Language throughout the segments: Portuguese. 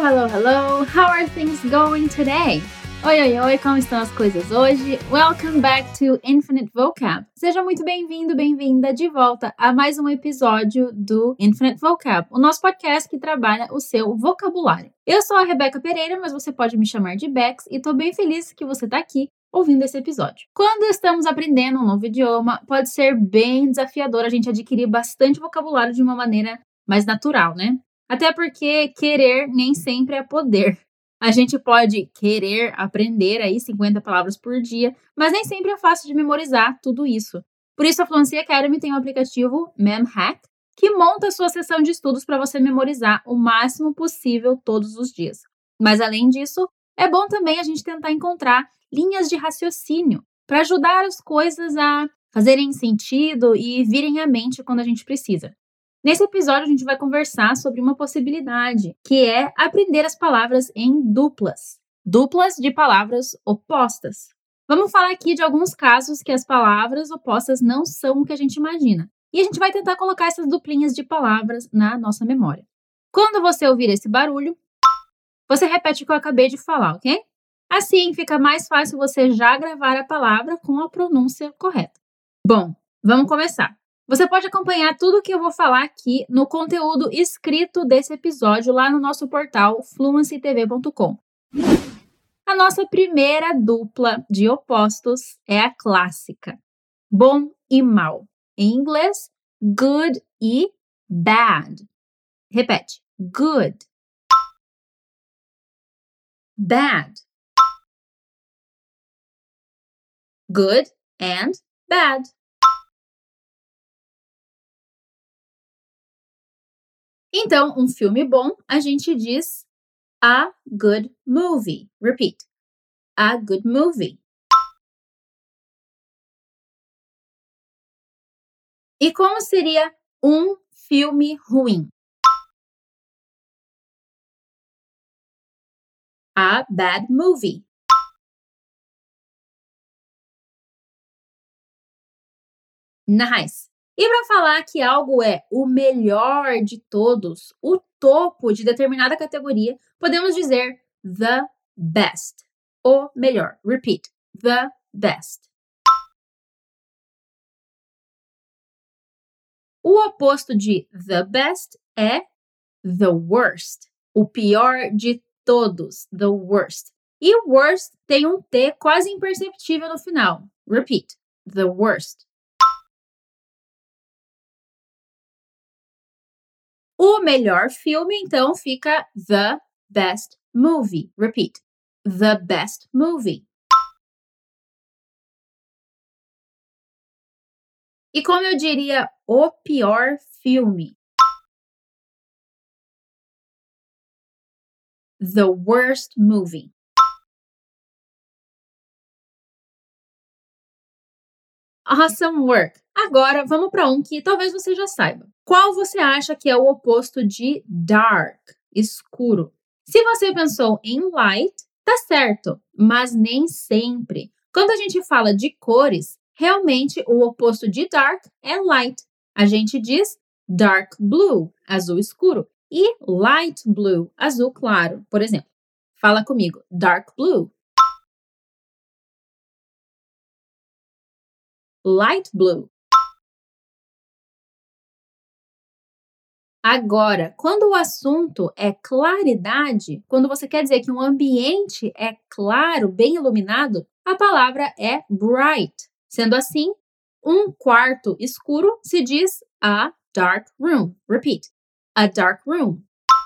Hello! How are things going today? Oi, como estão as coisas hoje? Welcome back to Infinite Vocab. Seja muito bem-vindo, bem-vinda de volta a mais um episódio do Infinite Vocab, o nosso podcast que trabalha o seu vocabulário. Eu sou a Rebeca Pereira, mas você pode me chamar de Bex e tô bem feliz que você tá aqui ouvindo esse episódio. Quando estamos aprendendo um novo idioma, pode ser bem desafiador a gente adquirir bastante vocabulário de uma maneira mais natural, né? Até porque querer nem sempre é poder. A gente pode querer aprender aí 50 palavras por dia, mas nem sempre é fácil de memorizar tudo isso. Por isso a Fluency Academy tem o aplicativo MemHack, que monta a sua sessão de estudos para você memorizar o máximo possível todos os dias. Mas além disso, é bom também a gente tentar encontrar linhas de raciocínio para ajudar as coisas a fazerem sentido e virem à mente quando a gente precisa. Nesse episódio, a gente vai conversar sobre uma possibilidade, que é aprender as palavras em duplas. Duplas de palavras opostas. Vamos falar aqui de alguns casos que as palavras opostas não são o que a gente imagina. E a gente vai tentar colocar essas duplinhas de palavras na nossa memória. Quando você ouvir esse barulho, você repete o que eu acabei de falar, ok? Assim, fica mais fácil você já gravar a palavra com a pronúncia correta. Bom, vamos começar. Você pode acompanhar tudo o que eu vou falar aqui no conteúdo escrito desse episódio lá no nosso portal fluencytv.com. A nossa primeira dupla de opostos é a clássica, bom e mal. Em inglês, good e bad. Repete, good, bad, good and bad. Então, um filme bom, a gente diz a good movie. Repeat. A good movie. E como seria um filme ruim? A bad movie. Nice. E para falar que algo é o melhor de todos, o topo de determinada categoria, podemos dizer the best. O melhor. Repeat. The best. O oposto de the best é the worst. O pior de todos. The worst. E o worst tem um T quase imperceptível no final. Repeat. The worst. O melhor filme, então, fica the best movie. Repeat. The best movie. E como eu diria o pior filme? The worst movie. Awesome work! Agora, vamos para um que talvez você já saiba. Qual você acha que é o oposto de dark, escuro? Se você pensou em light, tá certo, mas nem sempre. Quando a gente fala de cores, realmente o oposto de dark é light. A gente diz dark blue, azul escuro, e light blue, azul claro, por exemplo. Fala comigo, dark blue. Light blue. Agora, quando o assunto é claridade, quando você quer dizer que um ambiente é claro, bem iluminado, a palavra é bright. Sendo assim, um quarto escuro se diz a dark room. Repeat. A dark room.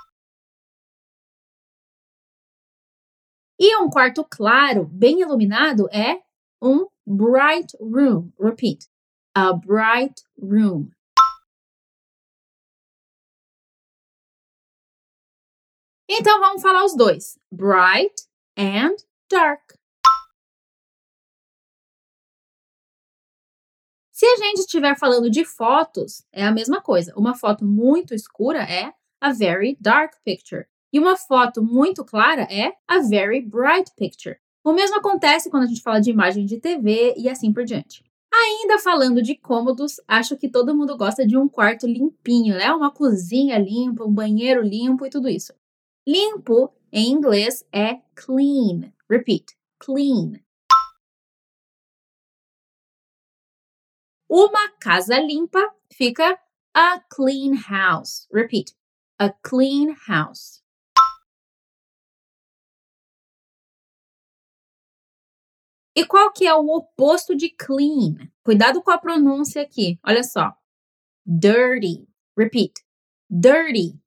E um quarto claro, bem iluminado, é um bright room. Repeat. A bright room. Então, vamos falar os dois. Bright and dark. Se a gente estiver falando de fotos, é a mesma coisa. Uma foto muito escura é a very dark picture. E uma foto muito clara é a very bright picture. O mesmo acontece quando a gente fala de imagem de TV e assim por diante. Ainda falando de cômodos, acho que todo mundo gosta de um quarto limpinho, né? Uma cozinha limpa, um banheiro limpo e tudo isso. Limpo, em inglês, é clean. Repeat, clean. Uma casa limpa fica a clean house. Repeat, a clean house. E qual que é o oposto de clean? Cuidado com a pronúncia aqui. Olha só. Dirty. Repeat. Dirty.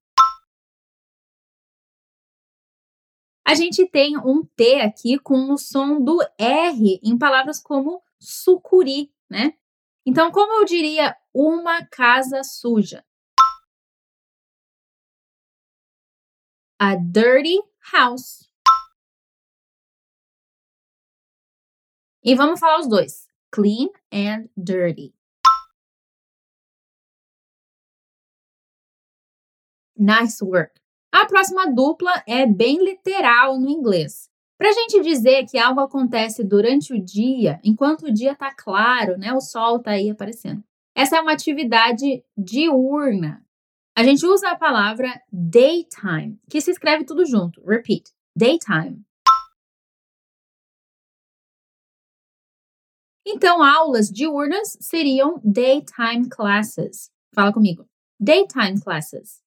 A gente tem um T aqui com o som do R em palavras como sucuri, né? Então, como eu diria uma casa suja? A dirty house. E vamos falar os dois. Clean and dirty. Nice work. A próxima dupla é bem literal no inglês. Para a gente dizer que algo acontece durante o dia, enquanto o dia está claro, né? O sol está aí aparecendo. Essa é uma atividade diurna. A gente usa a palavra daytime, que se escreve tudo junto. Repeat. Daytime. Então, aulas diurnas seriam daytime classes. Fala comigo. Daytime classes.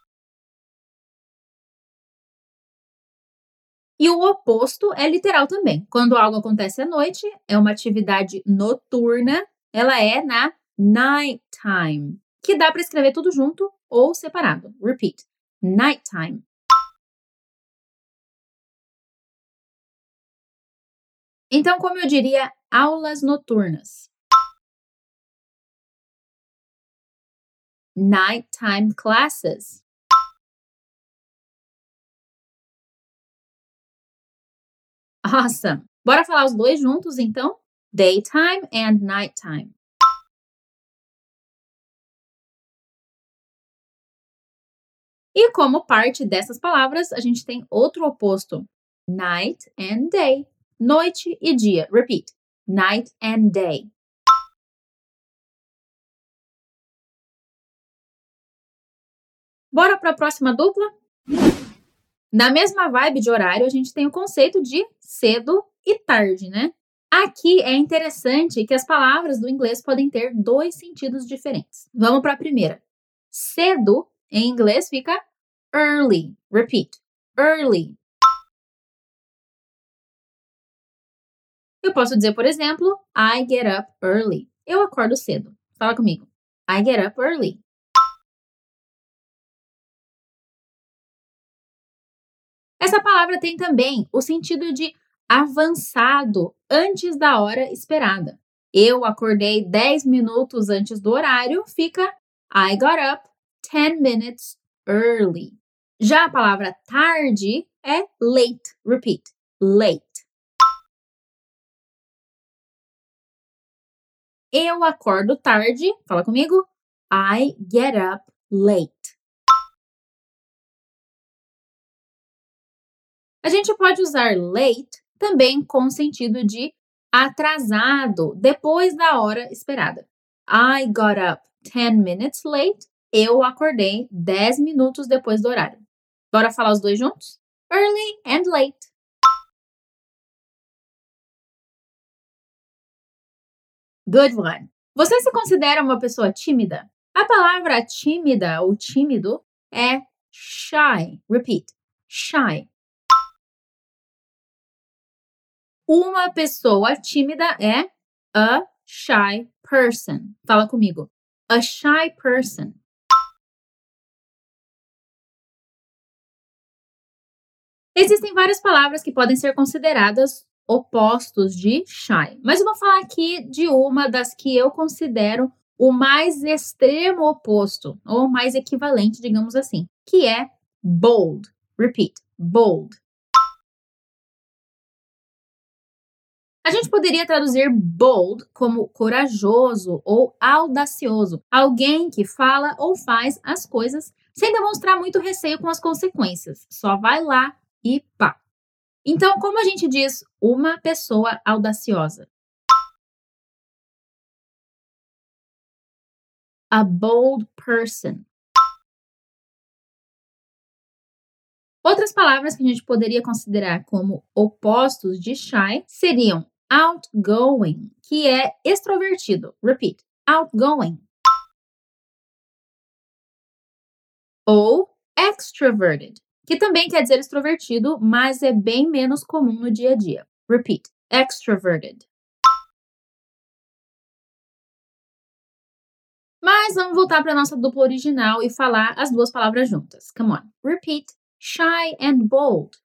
E o oposto é literal também. Quando algo acontece à noite, é uma atividade noturna, ela é na nighttime, que dá para escrever tudo junto ou separado. Repeat. Nighttime. Então, como eu diria, aulas noturnas. Nighttime classes. Awesome! Bora falar os dois juntos, então? Daytime and nighttime. E como parte dessas palavras, a gente tem outro oposto. Night and day. Noite e dia. Repeat. Night and day. Bora para a próxima dupla? Na mesma vibe de horário, a gente tem o conceito de cedo e tarde, né? Aqui é interessante que as palavras do inglês podem ter dois sentidos diferentes. Vamos para a primeira. Cedo, em inglês, fica early. Repeat. Early. Eu posso dizer, por exemplo, I get up early. Eu acordo cedo. Fala comigo. I get up early. Essa palavra tem também o sentido de avançado, antes da hora esperada. Eu acordei 10 minutos antes do horário, fica I got up 10 minutes early. Já a palavra tarde é late. Repeat. Late. Eu acordo tarde. Fala comigo. I get up late. A gente pode usar late também com o sentido de atrasado, depois da hora esperada. I got up 10 minutes late. Eu acordei 10 minutos depois do horário. Bora falar os dois juntos? Early and late. Good one. Você se considera uma pessoa tímida? A palavra tímida ou tímido é shy. Repeat. Shy. Uma pessoa tímida é a shy person. Fala comigo. A shy person. Existem várias palavras que podem ser consideradas opostos de shy, mas eu vou falar aqui de uma das que eu considero o mais extremo oposto, ou mais equivalente, digamos assim, que é bold. Repeat, bold. A gente poderia traduzir bold como corajoso ou audacioso, alguém que fala ou faz as coisas sem demonstrar muito receio com as consequências, só vai lá e pá. Então, como a gente diz uma pessoa audaciosa? A bold person. Outras palavras que a gente poderia considerar como opostos de shy seriam outgoing, que é extrovertido. Repeat. Outgoing. Ou extroverted, que também quer dizer extrovertido, mas é bem menos comum no dia a dia. Repeat. Extroverted. Mas vamos voltar para a nossa dupla original e falar as duas palavras juntas. Come on. Repeat. Shy and bold.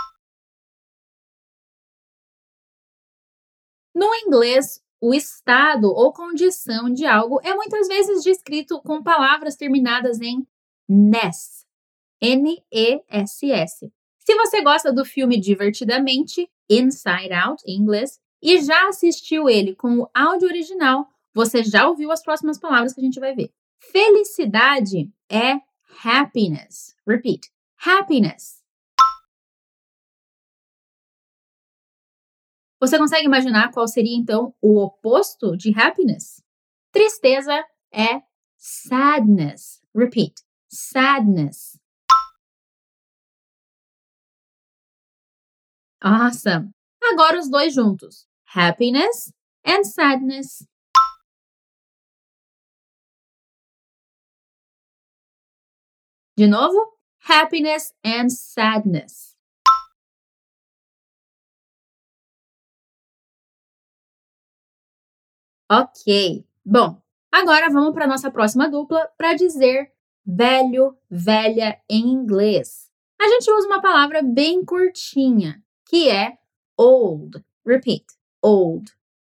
No inglês, o estado ou condição de algo é muitas vezes descrito com palavras terminadas em ness. N-E-S-S. Se você gosta do filme Divertidamente, Inside Out, em inglês, e já assistiu ele com o áudio original, você já ouviu as próximas palavras que a gente vai ver. Felicidade é happiness. Repeat. Happiness. Você consegue imaginar qual seria, então, o oposto de happiness? Tristeza é sadness. Repeat. Sadness. Awesome. Agora os dois juntos. Happiness and sadness. De novo. Happiness and sadness. Ok. Bom, agora vamos para a nossa próxima dupla para dizer velho, velha em inglês. A gente usa uma palavra bem curtinha, que é old. Repeat. Old.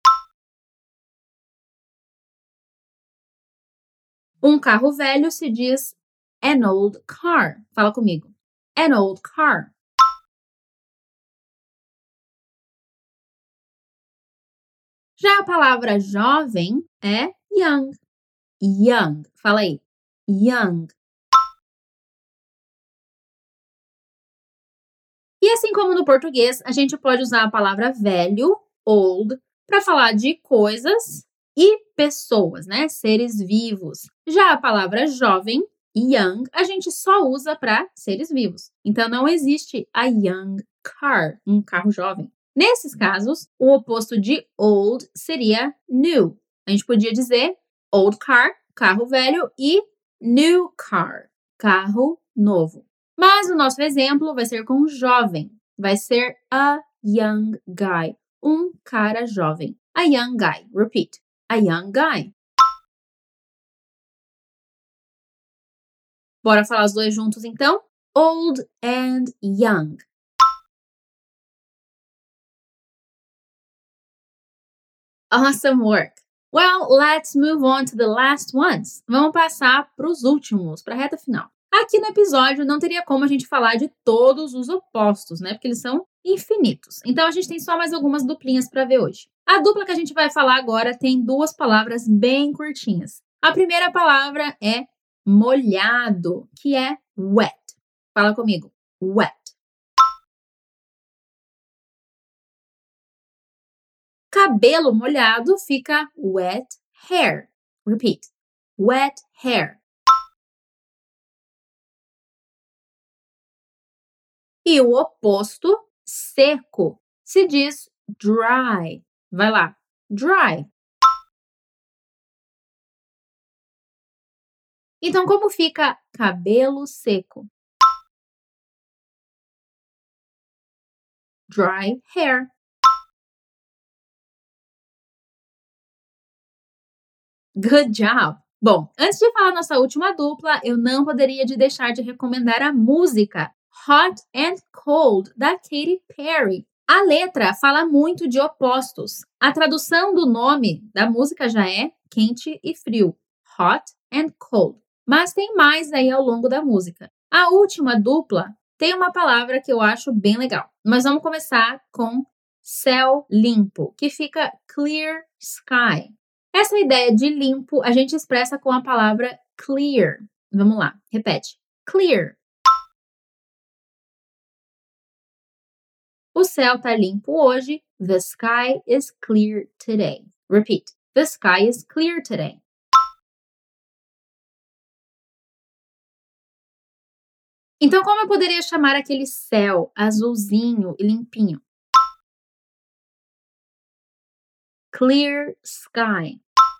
Um carro velho se diz an old car. Fala comigo. An old car. Já a palavra jovem é young. Young. Fala aí. Young. E assim como no português, a gente pode usar a palavra velho, old, para falar de coisas e pessoas, né? Seres vivos. Já a palavra jovem, young, a gente só usa para seres vivos. Então não existe a young car, um carro jovem. Nesses casos, o oposto de old seria new. A gente podia dizer old car, carro velho, e new car, carro novo. Mas o nosso exemplo vai ser com jovem. Vai ser a young guy. Um cara jovem. A young guy. Repeat. A young guy. Bora falar os dois juntos então? Old and young. Awesome work. Well, let's move on to the last ones. Vamos passar para os últimos, para a reta final. Aqui no episódio não teria como a gente falar de todos os opostos, né? Porque eles são infinitos. Então a gente tem só mais algumas duplinhas para ver hoje. A dupla que a gente vai falar agora tem duas palavras bem curtinhas. A primeira palavra é molhado, que é wet. Fala comigo. Wet. Cabelo molhado fica wet hair. Repeat. Wet hair. E o oposto, seco, se diz dry. Vai lá. Dry. Então, como fica cabelo seco? Dry hair. Good job! Bom, antes de falar nossa última dupla, eu não poderia deixar de recomendar a música Hot and Cold, da Katy Perry. A letra fala muito de opostos. A tradução do nome da música já é quente e frio. Hot and Cold. Mas tem mais aí ao longo da música. A última dupla tem uma palavra que eu acho bem legal. Mas vamos começar com céu limpo, que fica clear sky. Essa ideia de limpo a gente expressa com a palavra clear. Vamos lá, repete. Clear. O céu tá limpo hoje. The sky is clear today. Repeat. The sky is clear today. Então, como eu poderia chamar aquele céu azulzinho e limpinho? Clear sky.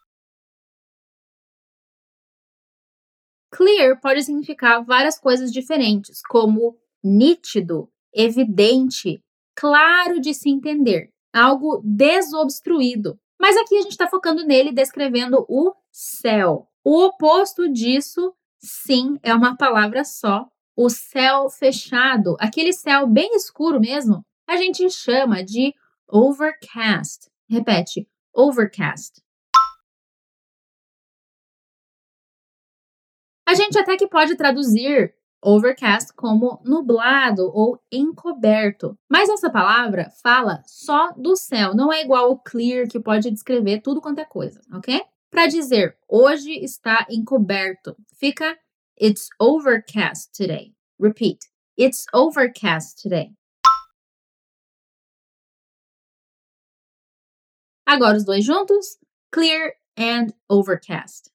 Clear pode significar várias coisas diferentes, como nítido, evidente, claro de se entender, algo desobstruído. Mas aqui a gente está focando nele descrevendo o céu. O oposto disso, sim, é uma palavra só. O céu fechado, aquele céu bem escuro mesmo, a gente chama de overcast. Repete, overcast. A gente até que pode traduzir overcast como nublado ou encoberto, mas essa palavra fala só do céu, não é igual o clear que pode descrever tudo quanto é coisa, ok? Para dizer hoje está encoberto, fica it's overcast today. Repeat, it's overcast today. Agora os dois juntos, clear and overcast.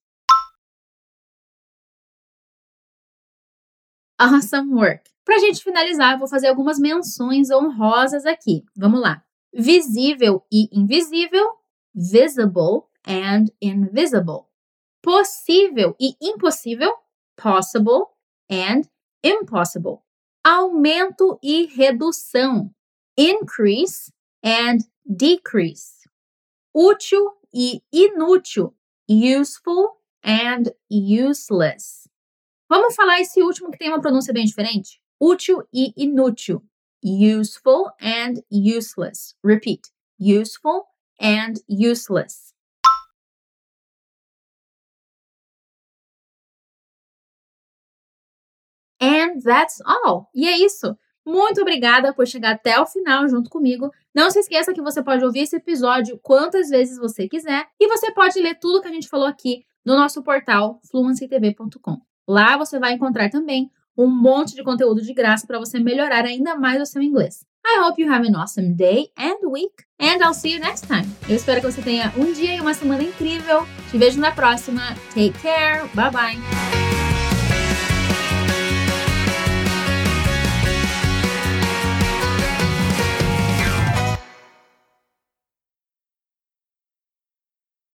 Awesome work! Para a gente finalizar, eu vou fazer algumas menções honrosas aqui. Vamos lá. Visível e invisível, visible and invisible. Possível e impossível, possible and impossible. Aumento e redução, increase and decrease. Útil e inútil, useful and useless. Vamos falar esse último que tem uma pronúncia bem diferente? Útil e inútil. Useful and useless. Repeat. Useful and useless. And that's all. E é isso. Muito obrigada por chegar até o final junto comigo. Não se esqueça que você pode ouvir esse episódio quantas vezes você quiser e você pode ler tudo que a gente falou aqui no nosso portal fluencytv.com. Lá você vai encontrar também um monte de conteúdo de graça para você melhorar ainda mais o seu inglês. I hope you have an awesome day and week, and I'll see you next time. Eu espero que você tenha um dia e uma semana incrível. Te vejo na próxima. Take care. Bye bye.